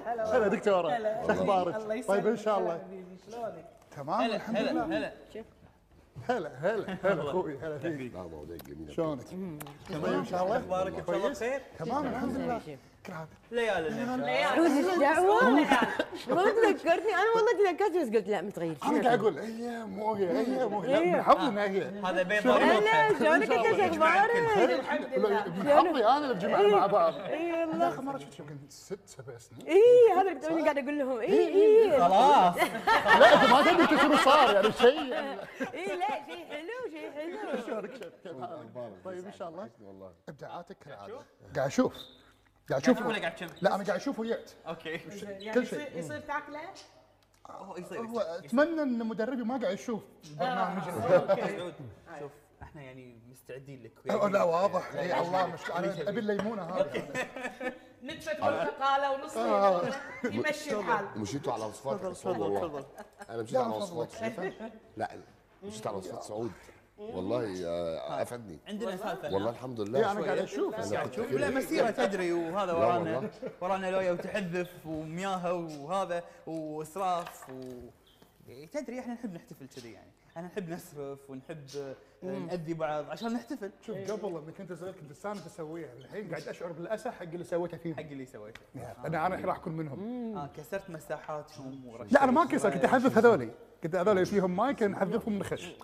هلا دكتوره، شو اخبارك؟ طيب ان شاء الله شلونك؟ تمام الحمد لله. هلا هلا اخوي، هلا فيك. لا مواضيع جميله. شلونك؟ تمام ان شاء الله. اخبارك ان شاء الله بخير؟ تمام الحمد لله. ليالي عودي دعوة ما تذكرتني انا والله تذكرت بس قلت لا متغير. انا قاعد اقول هي مو هي من حظنا هي. هذا بيض لا شلونك انت شو اخبارك؟ الحمد لله من حظي انا اللي بجمعنا مع بعض. اي لا والله اخر مره شفت يمكن 6-7 سنين. اي هذا اللي توني قاعد اقول لهم اي خلاص. لا انت ما تدري شنو صار يعني شيء. اي لا شيء حلو شيء حلو. شلونك كيف حالك؟ طيب ان شاء الله. والله ابداعاتك كالعاده. قاعد اشوف ولا قاعد تشم؟ لا انا قاعد اشوف وياك. اوكي. يعني كل شيء. يصير تاكله؟ هو اتمنى ان مدربي ما قاعد يشوف البرنامج. سعود شوف احنا يعني مستعدين لك. لا واضح اي الله مش انا ابي الليمونه هذه. نتفه برتقاله ونص يمشي الحال. مشيتوا على وصفات سعود والله. انا مشيت على وصفات شايفه؟ لا مشيت على وصفات سعود والله افادني. عندنا سالفه والله الحمد لله. اي انا قاعد اشوف. لا مسيره تدري وهذا ورانا لويا وتحذف ومياهه وهذا واسراف تدري احنا نحب نحتفل كذي يعني. احنا نحب نسرف ونحب نأذي بعض عشان نحتفل. شوف قبل لما كنت صغير كنت استانس اسويها، الحين قاعد اشعر بالاسى حق اللي سويته فيهم. حق اللي سويته. انا الحين راح اكون منهم. كسرت مساحاتهم ورشيت. لا انا ما كسر، كنت احذف هذولي، كنت هذول فيهم مايك نحذفهم من خش.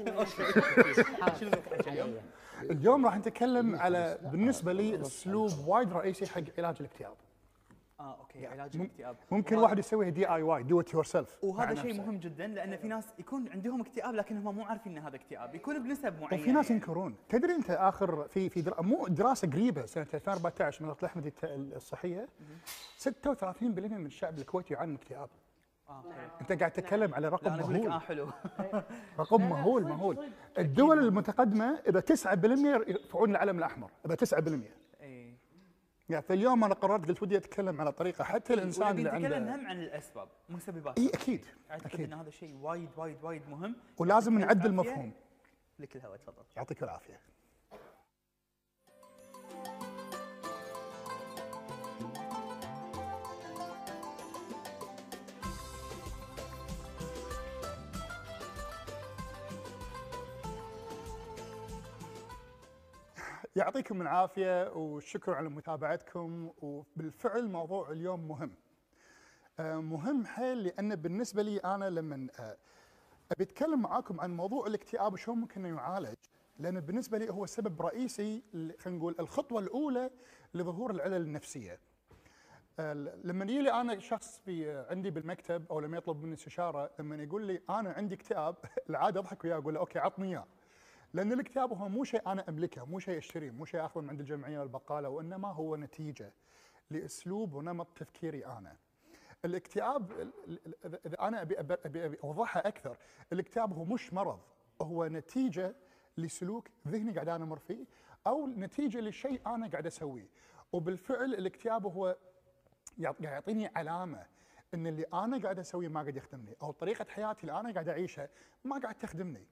اليوم راح نتكلم على بالنسبه لي اسلوب وايد رئيسي حق علاج الاكتئاب. اوكي علاج الاكتئاب. ممكن واحد يسويها DIY دو ات يور سيلف. وهذا شيء مهم جدا لان في ناس يكون عندهم اكتئاب لكنهم مو عارفين ان هذا اكتئاب، يكون بنسب معينه. وفي ناس ينكرون. تدري انت اخر مو دراسه قريبه سنه 2014 من وزاره الاحمد الصحيه 36% من الشعب الكويتي يعاني من اكتئاب. انت قاعد تتكلم على رقم مهول. حلو. رقم مهول. الدول المتقدمه اذا 9% يرفعون العلم الاحمر، اذا 9%. يعني فاليوم انا قررت قلت ودي اتكلم على طريقه حتى الانسان اللي عنده. نتكلم هم عن الاسباب مسببات. اي اكيد. اعتقد ان هذا شيء وايد مهم ولازم نعدل المفهوم. لك الهواء تفضل. يعطيك العافيه. يعطيكم العافية والشكر على متابعتكم. وبالفعل موضوع اليوم مهم حيل، لأن بالنسبة لي أنا لما أبي أتكلم معاكم عن موضوع الاكتئاب وشلون ممكن يعالج، لأن بالنسبة لي هو سبب رئيسي، خلينا نقول الخطوة الأولى لظهور العلل النفسية. لما يجي لي أنا شخص عندي بالمكتب أو لما يطلب مني استشارة، لما يقول لي أنا عندي اكتئاب العادة أضحك وياه أقول له أوكي عطني إياه. لأن الاكتئاب هو مو شيء أنا أملكه، مو شيء أشتريه، مو شيء أخذه من عند الجمعية والبقالة، وإنما هو نتيجة لأسلوب ونمط تفكيري أنا. الاكتئاب إذا أنا أبي أوضحها أكثر، الاكتئاب هو مش مرض، هو نتيجة لسلوك ذهني قاعد أنا أمر فيه، أو نتيجة لشيء أنا قاعد أسويه. وبالفعل الاكتئاب هو قاعد يعطيني علامة إن اللي أنا قاعد أسويه ما قاعد يخدمني، أو طريقة حياتي اللي أنا قاعد أعيشها ما قاعد تخدمني.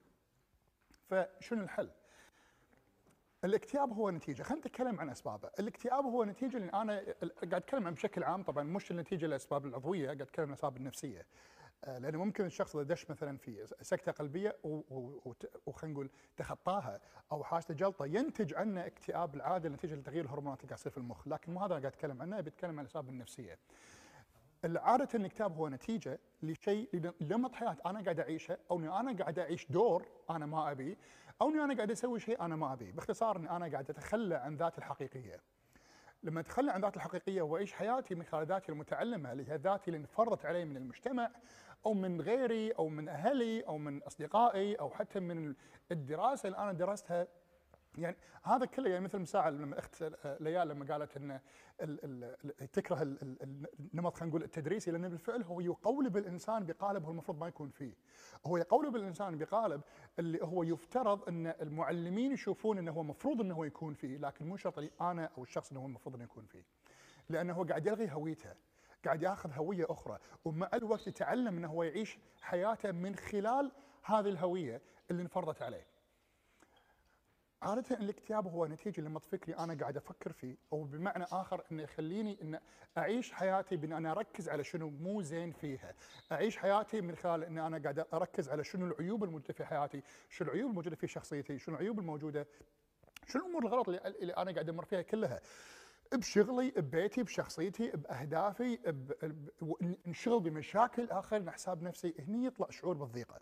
فشنو الحل؟ الاكتئاب هو نتيجه، خلينا نتكلم عن اسبابه. الاكتئاب هو نتيجه، لان انا قاعد اتكلم عن بشكل عام، طبعا مش النتيجه الاسباب العضويه، قاعد اتكلم عن الاسباب النفسيه. لانه ممكن الشخص اذا دش مثلا في سكته قلبيه وخلينا نقول تخطاها او حاسه جلطه ينتج عنه اكتئاب العاده نتيجه لتغيير الهرمونات اللي قاعد يصير في المخ، لكن مو هذا اللي قاعد اتكلم عنه، بتكلم عن الاسباب النفسيه. عادة الاكتئاب هو نتيجة لشيء لنمط حياة أنا قاعد أعيشه، أو إني أنا قاعد أعيش دور أنا ما أبي، أو إني أنا قاعد أسوي شيء أنا ما أبي. باختصار إني أنا قاعد أتخلى عن ذاتي الحقيقية. لما أتخلى عن ذاتي الحقيقية وأعيش حياتي من خلال ذاتي المتعلمة، اللي هي ذاتي اللي انفرضت علي من المجتمع أو من غيري أو من أهلي أو من أصدقائي أو حتى من الدراسة اللي أنا درستها. يعني هذا كله يعني مثل مساعة لما اخت ليال لما قالت ان تكره النمط خلينا نقول التدريسي، لان بالفعل هو يقولب الانسان بقالب هو المفروض ما يكون فيه. هو يقولب الانسان بقالب اللي هو يفترض ان المعلمين يشوفون انه هو المفروض انه هو يكون فيه، لكن مو شرط انا او الشخص انه هو المفروض انه يكون فيه. لانه هو قاعد يلغي هويته، قاعد ياخذ هويه اخرى، ومع الوقت يتعلم انه هو يعيش حياته من خلال هذه الهويه اللي انفرضت عليه. عادة الاكتئاب هو نتيجة لنمط فكري أنا قاعد أفكر فيه، أو بمعنى آخر إنه يخليني إن أعيش حياتي بإن أنا أركز على شنو مو زين فيها، أعيش حياتي من خلال إن أنا قاعد أركز على شنو العيوب الموجودة في حياتي، شنو العيوب الموجودة في شخصيتي، شنو العيوب الموجودة، شنو الأمور الغلط اللي أنا قاعد أمر فيها كلها. بشغلي، ببيتي، بشخصيتي، باهدافي، انشغل بمشاكل اخرين على حساب نفسي، هني يطلع شعور بالضيقه.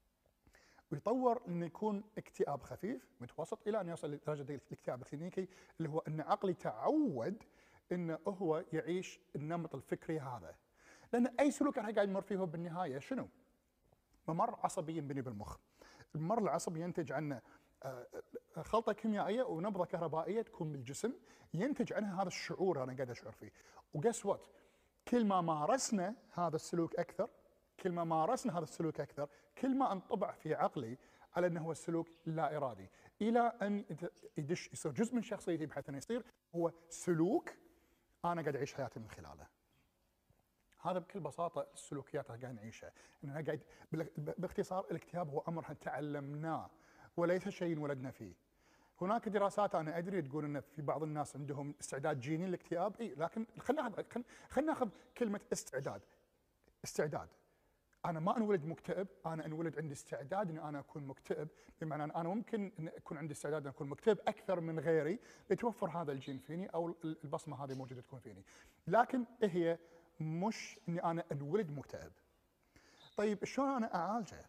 ويطور انه يكون اكتئاب خفيف متوسط الى ان يوصل لدرجه الاكتئاب الكلينيكي، اللي هو ان عقلي تعود انه هو يعيش النمط الفكري هذا. لان اي سلوك انا قاعد امر فيه هو بالنهايه شنو؟ ممر عصبي ينبني بالمخ. الممر العصبي ينتج عنه خلطه كيميائيه ونبضه كهربائيه تكون بالجسم، ينتج عنها هذا الشعور انا قاعد اشعر فيه. وجس وات؟ كل ما مارسنا هذا السلوك اكثر، كل ما مارسنا هذا السلوك اكثر، كل ما انطبع في عقلي على انه هو السلوك لا ارادي، الى ان يدش يصير جزء من شخصيتي، بحيث انه يصير هو سلوك انا قاعد اعيش حياتي من خلاله. هذا بكل بساطه السلوكيات اللي قاعد نعيشها، اننا قاعد باختصار الاكتئاب هو امر تعلمناه وليس شيء انولدنا فيه. هناك دراسات انا ادري تقول ان في بعض الناس عندهم استعداد جيني للاكتئاب، اي، لكن خلينا ناخذ كلمه استعداد. انا ما انولد مكتئب، انا انولد عندي استعداد ان انا اكون مكتئب، بمعنى انا ممكن ان يكون عندي استعداد ان اكون مكتئب اكثر من غيري يتوفر هذا الجين فيني او البصمه هذه موجوده تكون فيني، لكن هي مش اني انا انولد مكتئب. طيب شلون انا اعالجه؟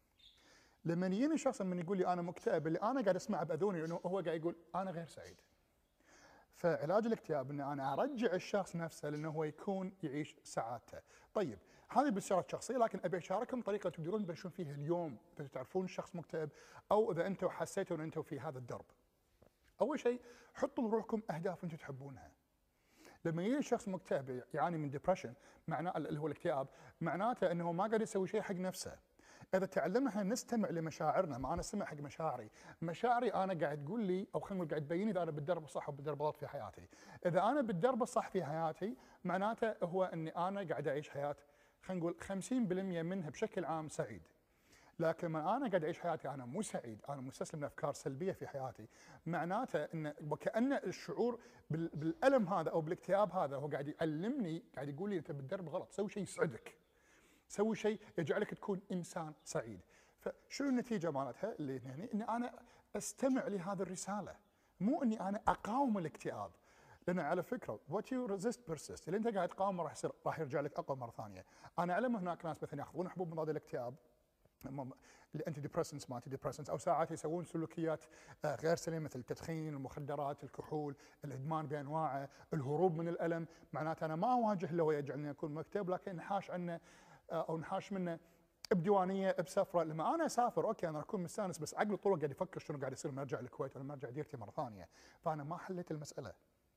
لما يجيني شخص من يقول لي انا مكتئب، اللي انا قاعد اسمعه باذوني انه هو قاعد يقول انا غير سعيد. فعلاج الاكتئاب ان انا ارجع الشخص نفسه لانه هو يكون يعيش سعادته. طيب هذه بصيغه شخصيه، لكن ابي اشارككم طريقه تقدرون تبلشون فيها اليوم اذا تعرفون الشخص مكتئب، او اذا انتم حسيتوا ان انتم في هذا الدرب. اول شيء حطوا لروحكم اهداف انتم تحبونها. لما يجي شخص مكتئب يعاني من ديبرشن، معناه اللي هو الاكتئاب، معناته انه ما قاعد يسوي شيء حق نفسه. اذا تعلمنا احنا نستمع لمشاعرنا، ما انا اسمع حق مشاعري انا قاعد تقول لي، او خلينا نقول قاعد تبين اذا انا بالدرب الصح او بالدرب الغلط في حياتي. اذا انا بالدرب الصح في حياتي، معناته هو اني انا قاعد اعيش حياه خلينا نقول 50% منها بشكل عام سعيد. لكن لما انا قاعد اعيش حياتي انا مو سعيد، انا مستسلم لافكار سلبيه في حياتي، معناته ان وكأن الشعور بالالم هذا او بالاكتئاب هذا هو قاعد يعلمني، قاعد يقول لي انت بالدرب غلط، سوي شيء يسعدك، سوي شيء يجعلك تكون انسان سعيد. فشنو النتيجه مالتها؟ اللي يعني اني انا استمع لهذه الرساله، مو اني انا اقاوم الاكتئاب. لان على فكره وات يو ريزيست بيرسيست، اللي انت قاعد تقاومه راح يرجع لك اقوى مره ثانيه. انا اعلم هناك ناس مثلا ياخذون حبوب مضاد الاكتئاب، الانتي ديبريسنس، ما انتي ديبريسنس، او ساعات يسوون سلوكيات غير سليمه مثل التدخين، المخدرات، الكحول، الادمان بانواعه، الهروب من الالم. معناته انا ما اواجه اللي هو يجعلني اكون مكتئب، لكن نحاش عنه او نحاش منه بديوانيه، بسفره. لما انا اسافر اوكي انا اكون مستانس، بس عقلي طول قاعد يفكر شنو قاعد يصير لما ارجع الكويت ولا لما ارجع ديرتي مره ثانيه، فانا ما حليت المساله.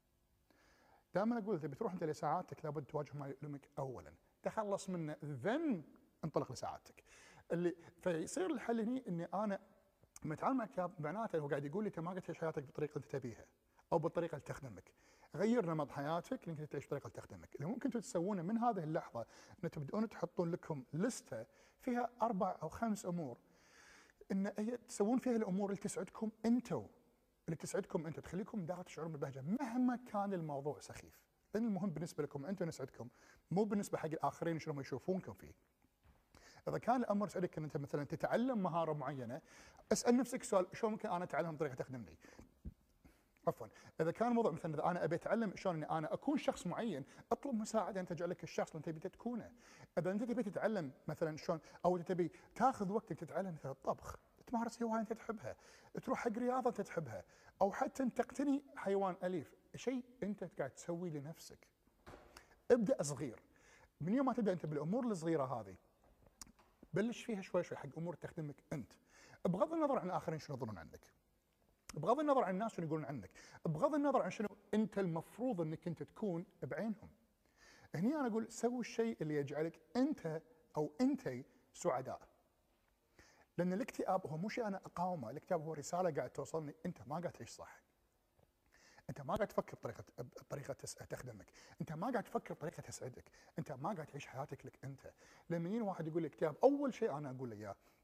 دائما اقول تبي تروح انت لسعادتك لابد تواجه ما يؤلمك اولا، تخلص منه ذن انطلق لسعادتك. اللي فيصير الحل هني اني انا متعامل مع اكتئاب، معناته هو قاعد يقول لي انت ما قاعد تعيش حياتك بالطريقه اللي انت تبيها او بالطريقه اللي تخدمك. غير نمط حياتك انك تعيش بطريقه اللي تخدمك. اللي ممكن تسوونه من هذه اللحظه ان تبدون تحطون لكم لسته فيها 4 أو 5 امور، ان هي تسوون فيها الامور اللي تسعدكم انتم، اللي تسعدكم انتم، تخليكم داخل تشعرون بالبهجه مهما كان الموضوع سخيف. لان المهم بالنسبه لكم انتم يسعدكم، مو بالنسبه حق الاخرين شلون يشوفونكم فيه. اذا كان الامر يسعدك ان انت مثلا تتعلم مهاره معينه، اسال نفسك سؤال شلون ممكن انا اتعلم بطريقه تخدمني؟ عفوا، اذا كان الموضوع مثلا اذا انا ابي اتعلم شلون اني انا اكون شخص معين، اطلب مساعده ان تجعل لك الشخص اللي انت تبي تكونه. اذا انت تبي تتعلم مثلا شلون، او تبي تاخذ وقتك تتعلم مثلا الطبخ، تمارس هوايه انت تحبها، تروح حق رياضه انت تحبها، او حتى انت تقتني حيوان اليف، شيء انت قاعد تسوي لنفسك. ابدا صغير. من يوم ما تبدا انت بالامور الصغيره هذه، بلش فيها شوي شوي حق امور تخدمك انت، بغض النظر عن الاخرين شنو يظنون عنك، بغض النظر عن الناس شنو يقولون عنك، بغض النظر عن شنو انت المفروض انك انت تكون بعينهم. هني انا اقول سوي الشيء اللي يجعلك انت او انتي سعداء. لان الاكتئاب هو مو شيء انا اقاومه، الاكتئاب هو رساله قاعد توصلني انت ما قاعد تعيش صح. انت ما قاعد تفكر بطريقه تخدمك، انت ما قاعد تفكر بطريقه تسعدك، انت ما قاعد تعيش حياتك لك انت. لما يجي واحد يقول لي اكتئاب، اول شيء انا اقول له اياه،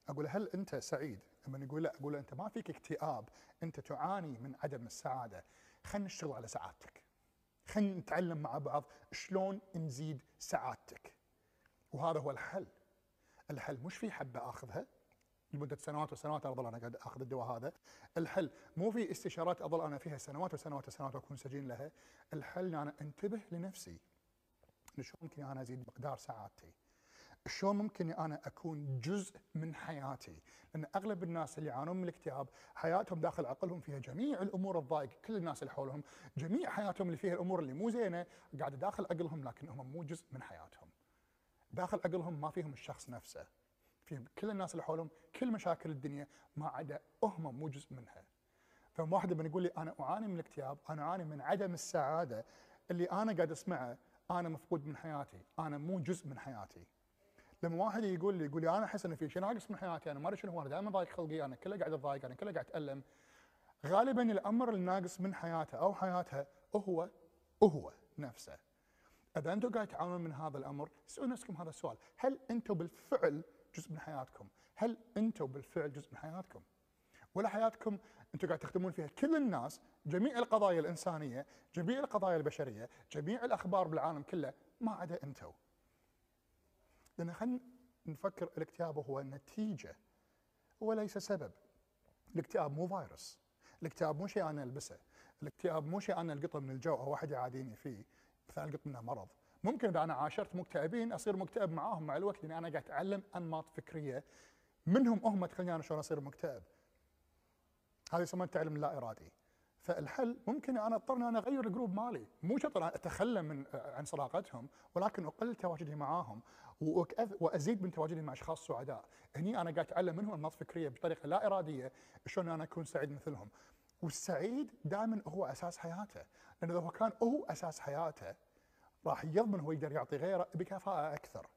اقول هل انت سعيد؟ لما يقول لا، اقول له انت ما فيك اكتئاب، انت تعاني من عدم السعاده. خلينا نشتغل على سعادتك. خلينا نتعلم مع بعض شلون نزيد سعادتك. وهذا هو الحل. الحل مش في حبه اخذها لمده سنوات وسنوات اظل انا قاعد اخذ الدواء هذا. الحل مو في استشارات اظل انا فيها سنوات وسنوات وسنوات واكون سجين لها. الحل انا انتبه لنفسي. شلون ممكن انا ازيد مقدار سعادتي؟ شلون ممكن انا اكون جزء من حياتي؟ لان اغلب الناس اللي يعانون من الاكتئاب حياتهم داخل عقلهم فيها جميع الامور الضائقه، كل الناس اللي حولهم جميع حياتهم اللي فيها الامور اللي مو زينه قاعده داخل عقلهم، لكن هم مو جزء من حياتهم. داخل عقلهم ما فيهم الشخص نفسه، فيهم كل الناس اللي حولهم، كل مشاكل الدنيا ما عدا هم مو جزء منها. فواحد لما يقول لي انا اعاني من الاكتئاب، انا اعاني من عدم السعاده اللي انا قاعد اسمعه، انا مفقود من حياتي، انا مو جزء من حياتي. لما واحد يقول لي انا احس انه في شيء ناقص من حياتي، انا ما ادري شنو هو، انا دائما ضايق خلقي، انا كله قاعد اتضايق، انا كله قاعد اتالم. غالبا الامر الناقص من حياته او حياتها هو نفسه. اذا انتم قاعد تعانون من هذا الامر، اسالوا نفسكم هذا السؤال، هل انتم بالفعل جزء من حياتكم؟ هل انتم بالفعل جزء من حياتكم؟ ولا حياتكم انتم قاعد تخدمون فيها كل الناس، جميع القضايا الانسانيه، جميع القضايا البشريه، جميع الاخبار بالعالم كله، ما عدا انتم. لان خلينا نفكر الاكتئاب هو نتيجه وليس سبب. الاكتئاب مو فيروس، الاكتئاب مو شيء انا البسه، الاكتئاب مو شيء انا القطه من الجو او واحد يعاديني فيه، مثلا القط منه مرض. ممكن اذا انا عاشرت مكتئبين اصير مكتئب معاهم مع الوقت، لاني انا قاعد اتعلم انماط فكريه منهم هم تخليني انا شلون اصير مكتئب. هذا يسمى التعلم اللا ارادي. فالحل ممكن انا اضطر انا اغير الجروب مالي، مو شرط اتخلى عن صداقتهم، ولكن اقلل تواجدي معاهم وازيد من تواجدي مع اشخاص سعداء. هني انا قاعد اتعلم منهم انماط فكريه بطريقه لا اراديه شلون انا اكون سعيد مثلهم. والسعيد دائما هو اساس حياته، لان اذا هو كان هو اساس حياته راح يضمن هو يقدر يعطي غيره بكفاءه اكثر.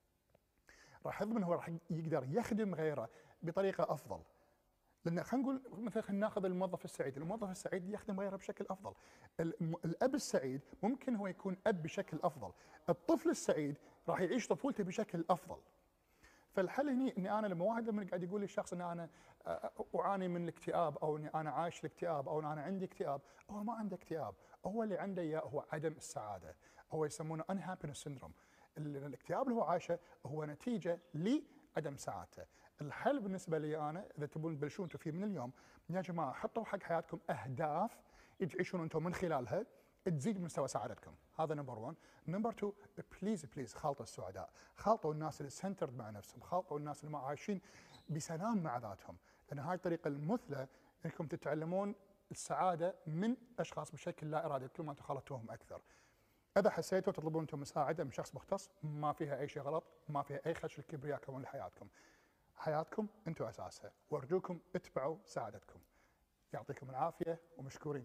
راح يضمن هو راح يقدر يخدم غيره بطريقه افضل. لان خلينا نقول مثلا خلينا ناخذ الموظف السعيد، الموظف السعيد يخدم غيره بشكل افضل. الاب السعيد ممكن هو يكون اب بشكل افضل، الطفل السعيد راح يعيش طفولته بشكل افضل. فالحل هني اني انا لما واحد لما قاعد يقول لي الشخص ان انا اعاني من الاكتئاب او اني انا عايش الاكتئاب او انا عندي اكتئاب، هو ما عنده اكتئاب، هو اللي عنده اياه هو عدم السعاده، هو يسمونه unhappiness syndrome. الاكتئاب اللي هو عايشه هو نتيجه لعدم سعادته. الحل بالنسبه لي انا اذا تبون تبلشون انتم فيه من اليوم، يا جماعه حطوا حق حياتكم اهداف تعيشون انتم من خلالها تزيد من مستوى سعادتكم. هذا نمبر 1. نمبر 2، بليز خالطوا السعداء، خالطوا الناس اللي سنترد مع نفسهم، خالطوا الناس اللي ما عايشين بسلام مع ذاتهم، لان هاي الطريقه المثلى انكم تتعلمون السعاده من اشخاص بشكل لا ارادي كل ما انتم خالطوهم اكثر. اذا حسيتوا تطلبون انتم مساعده من شخص مختص، ما فيها اي شيء غلط، ما فيها اي خدش الكبرياء كمان لحياتكم. حياتكم انتم اساسها، وارجوكم اتبعوا سعادتكم. يعطيكم العافيه ومشكورين.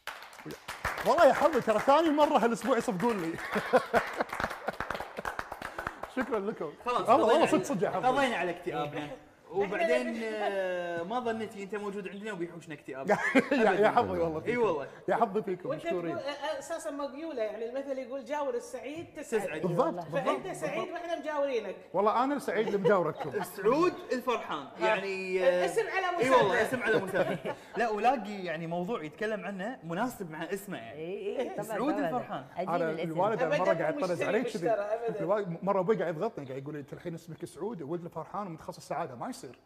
والله يا حظي ترى ثاني مره هالاسبوع يصفقون لي. شكرا لكم. خلاص والله صدق يا حظي. قضينا على اكتئابنا وبعدين ما ظنيتي انت موجود عندنا وبيحوشنا اكتئاب. يا حظي والله اي والله يا حظي فيكم وانت مشكورين. تقول اساسا مقيوله، يعني المثل يقول جاور السعيد تسعد. بالضبط فانت سعيد واحنا مجاورينك. والله انا سعيد اللي مجاورتكم. سعود الفرحان يعني اسم على مسمى. اي والله اسم على مسمى. لا ولاقي يعني موضوع يتكلم عنه مناسب مع اسمه يعني. اي طبعا سعود الفرحان. انا الوالد أبداً مره قاعد مو يطرز علي مشتري كذي. أبداً. الوالد مره ابوي قاعد يضغطني قاعد يقول لي انت الحين اسمك سعود وولد الفرحان ومتخصص سعاده، ما يصير.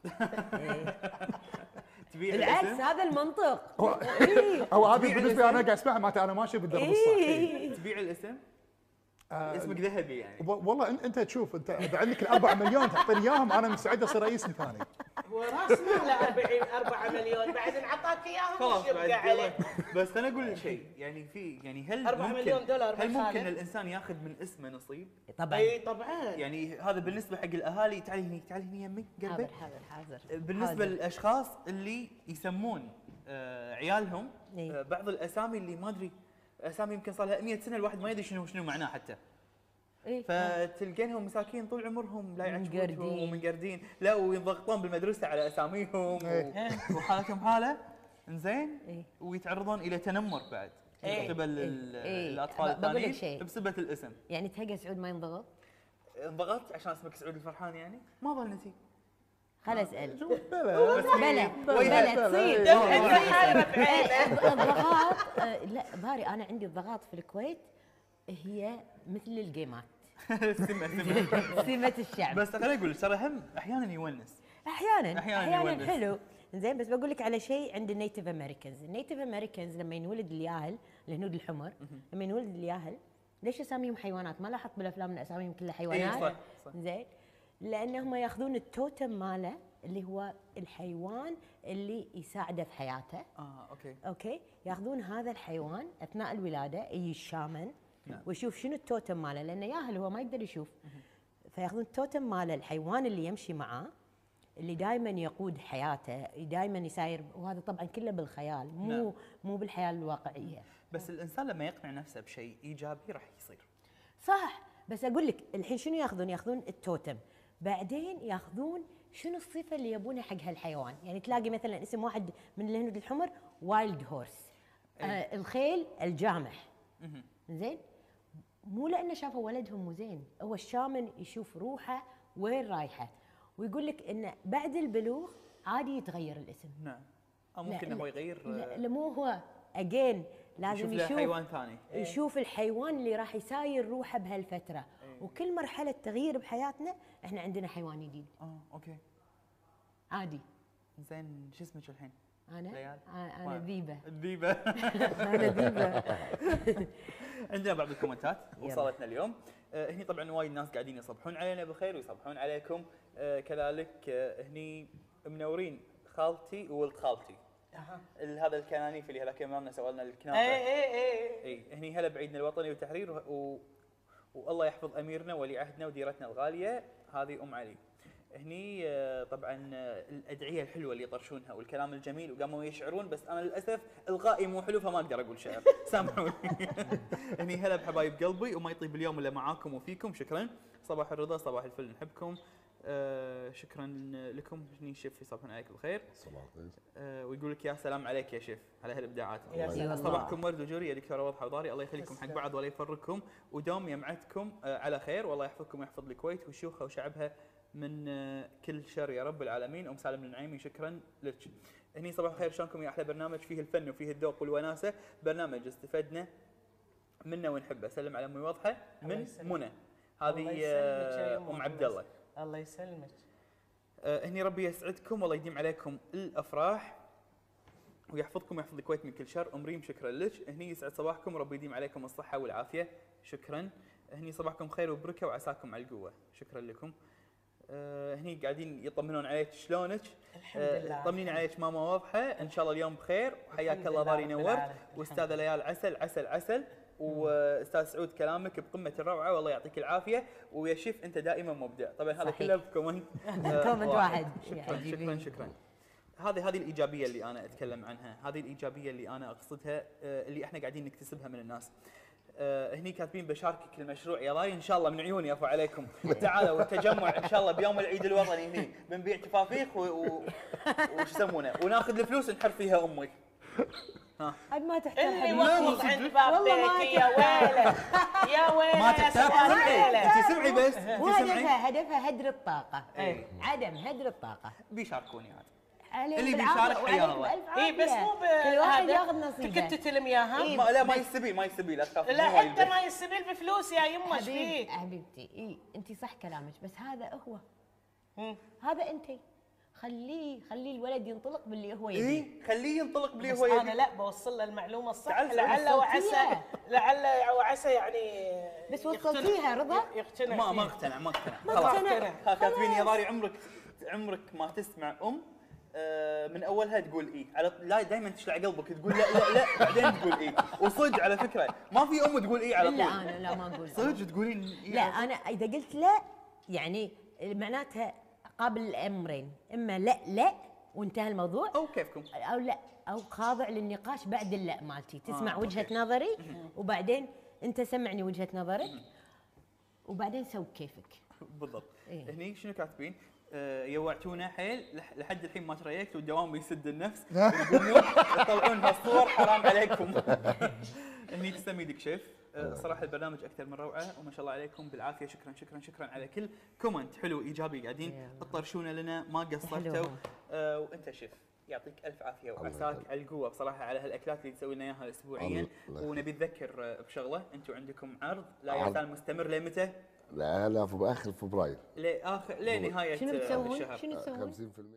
تبيع بالعكس الاسم؟ هذا المنطق. او هذا بالنسبه لي انا قاعد اسمعها معناته انا ماشي بالدرب الصحي. تبيع الاسم؟ اسمك ذهبي يعني. والله انت تشوف انت اذا عندك ال4 مليون تعطيني اياهم انا مستعد اصير رئيس ثاني. هو راس ماله 4 مليون، بعد نعطاك اياهم خلاص وش يبقى بعد عليه؟ بس انا اقول لك شيء يعني يعني هل 4 مليون دولار هل بالخالد. ممكن الانسان ياخذ من اسمه نصيب؟ طبعا اي طبعا. يعني هذا بالنسبه حق الاهالي، تعالي هني يمي قلبي. حاضر بالنسبه للاشخاص اللي يسمون عيالهم إيه. بعض الاسامي اللي ما ادري، اسامي يمكن صار لها 100 سنه الواحد ما يدري شنو معناه حتى. إيه. فتلقينهم مساكين طول عمرهم لا يعجبهم منقردين. ومنقردين، لا وينضغطون بالمدرسه على اساميهم وحالتهم حاله انزين إيه. ويتعرضون الى تنمر بعد من إيه. قبل إيه. الاطفال بقول لك الثانيين شيء. بسبه الاسم. يعني تلقى سعود ما ينضغط؟ انضغطت عشان اسمك سعود الفرحان يعني؟ ما ظنيتي. خل اسال بلا بلا تصير دفعة حارة بعينه. الضغط لا ظهري انا عندي الضغط في الكويت هي مثل الجيمات سمة الشعب. بس خليني اقول ترى هم احيانا يونس. احيانا يونس. حلو زين. بس بقول لك على شيء عند النيتيف امريكانز. النيتيف امريكانز لما ينولد الياهل الهنود الحمر لما ينولد الياهل ليش اساميهم حيوانات؟ ما لاحظت بالافلام ان اساميهم كلها حيوانات؟ إيه صح. زين لانهم ياخذون التوتم ماله اللي هو الحيوان اللي يساعده في حياته. اوكي ياخذون هذا الحيوان اثناء الولاده يجي الشامن ويشوف شنو التوتم ماله لانه ياهل هو ما يقدر يشوف. فياخذون التوتم ماله الحيوان اللي يمشي معاه اللي دائما يقود حياته دائما يساير. وهذا طبعا كله بالخيال مو بالحياه الواقعيه. بس الانسان لما يقنع نفسه بشيء ايجابي راح يصير. صح. بس اقول لك الحين شنو ياخذون التوتم بعدين ياخذون شنو الصفه اللي يبونها حق هالحيوان. يعني تلاقي مثلا اسم واحد من الهنود الحمر وايلد هورس الخيل الجامح. زين مو لانه شافوا ولدهم مو زين هو الشامن يشوف روحه وين رايحه ويقول لك انه بعد البلوغ عادي يتغير الاسم. نعم ممكن هو يغير. لا مو هو اجين لازم يشوف حيوان ثاني. يشوف الحيوان اللي راح يساير روحه بهالفتره. وكل مرحله تغيير بحياتنا احنا عندنا حيوان جديد. اوكي عادي. زين شو اسمك الحين؟ انا ذيبه. انا ذيبه. عندنا بعض الكومنتات وصلتنا اليوم. هني طبعا وايد ناس قاعدين يصبحون علينا بالخير ويصبحون عليكم. كذلك هني منورين خالتي وولد خالتي. هذا الكنانيف اللي هذاك مرنا سوى لنا الكنافه. اي هني هلا بعيدنا الوطني والتحرير والله يحفظ اميرنا ولي عهدنا وديرتنا الغاليه هذه ام علي. هني طبعا الادعيه الحلوه اللي يطرشونها والكلام الجميل وقاموا يشعرون بس انا للاسف الغائي مو حلو فما اقدر اقول شعر سامحوني. هني هلا بحبايب قلبي وما يطيب اليوم الا معاكم وفيكم. شكرا. صباح الرضا صباح الفل نحبكم. شكرا لكم. هني شيف يصبحون عليك بالخير. صباح الخير. ويقول لك يا سلام عليك يا شيف على هالابداعات. سلام. صباحكم ورد وجوري يا دكتوره وضحى وضاري. الله يخليكم حق بعض ولا يفرقكم ودوم يمعتكم على خير. والله يحفظكم ويحفظ الكويت وشيوخها وشعبها من كل شر يا رب العالمين. ام سالم النعيمي شكرا لك. هني صباح الخير شلونكم يا احلى برنامج فيه الفن وفيه الذوق والوناسه. برنامج استفدنا منه ونحبه. سلم على امي واضحه من منى. هذه ام عبد الله. الله يسلمك. هني ربي يسعدكم والله يديم عليكم الافراح ويحفظكم ويحفظ الكويت من كل شر. ام ريم شكرا لك. هني يسعد صباحكم وربي يديم عليكم الصحه والعافيه. شكرا. هني صباحكم خير وبركه وعساكم على القوه. شكرا لكم. هني قاعدين يطمنون عليك شلونك؟ الحمد لله. طمنين عليك ماما واضحه ان شاء الله اليوم بخير وحياك الله داري نورت. واستاذه ليال عسل عسل عسل. واستاذ سعود كلامك بقمه الروعه والله يعطيك العافيه ويا شيف انت دائما مبدع. طبعا هذا كله بكومنت كومنت واحد. شكرا. هذه الايجابيه اللي انا اتكلم عنها. هذه الايجابيه اللي انا اقصدها اللي احنا قاعدين نكتسبها من الناس. هني كاتبين بشاركك المشروع يا ضاي ان شاء الله من عيوني عفوا عليكم. تعالوا والتجمع ان شاء الله بيوم العيد الوطني هني بنبيع تفافيخ وش يسمونه وناخذ الفلوس نحر فيها امي. عاد ما تحتاج اللي وقف عند باب بيتي يا ويله يا ويله ما تحتاج تسمعي انت سمعي بس. هدفها هدر الطاقه. عدم هدر الطاقه. بيشاركوني عاد عليهم اللي بالعافية بيشارك حياه وعليكم الله. بألف اي بس عافية. مو كل واحد بهذا. ياخذ نصيبه. كنت تلم اياها. لا ما يستبيل لا تخاف. لا حتى ما يستبيل بفلوس يا يمه ايش فيك؟ حبيبتي انت صح كلامك بس هذا هو. هذا انت خليه الولد ينطلق باللي هو يبي. خليه ينطلق باللي بس هو يبي. انا لا بوصل له المعلومه الصح. تعال لعل وعسى يعني بس وصلتيها رضا؟ يقتنع. ما اقتنع ما اقتنع. كاتبين يا ضاري عمرك ما تسمع من اولها تقول اي لا دائما تشلع قلبك تقول لا بعدين تقول اي. وصدق على فكره ما في تقول اي على طول. لا انا لا ما اقول صدق تقولين إيه. لا انا اذا قلت لا يعني معناتها قابل الامرين. اما لا وانتهى الموضوع او كيفكم او لا او خاضع للنقاش بعد اللا مالتي. تسمع وجهه نظري وبعدين انت سمعني وجهه نظرك وبعدين سوي كيفك. بالضبط. هني شنو كاتبين؟ يوعتونا حيل لحد الحين ما تريكت والدوام بيسد النفس. يقولون يطلعون هالصور حرام عليكم. هني تسمي يدك شيف. صراحه البرنامج اكثر من روعه وما شاء الله عليكم بالعافيه. شكرا شكرا شكرا على كل كومنت حلو ايجابي قاعدين تطرشونه لنا، ما قصرتوا. وانت شيف يعطيك الف عافيه وعساك على القوه بصراحه على هالاكلات اللي تسوي لنا اياها اسبوعيا. ونبي نذكر بشغله، انتم عندكم عرض لا يزال مستمر لمتى؟ لا في اخر فبراير، لاخر لنهايه شنو تسوون؟ الشهر. شنو تسوون؟ 50%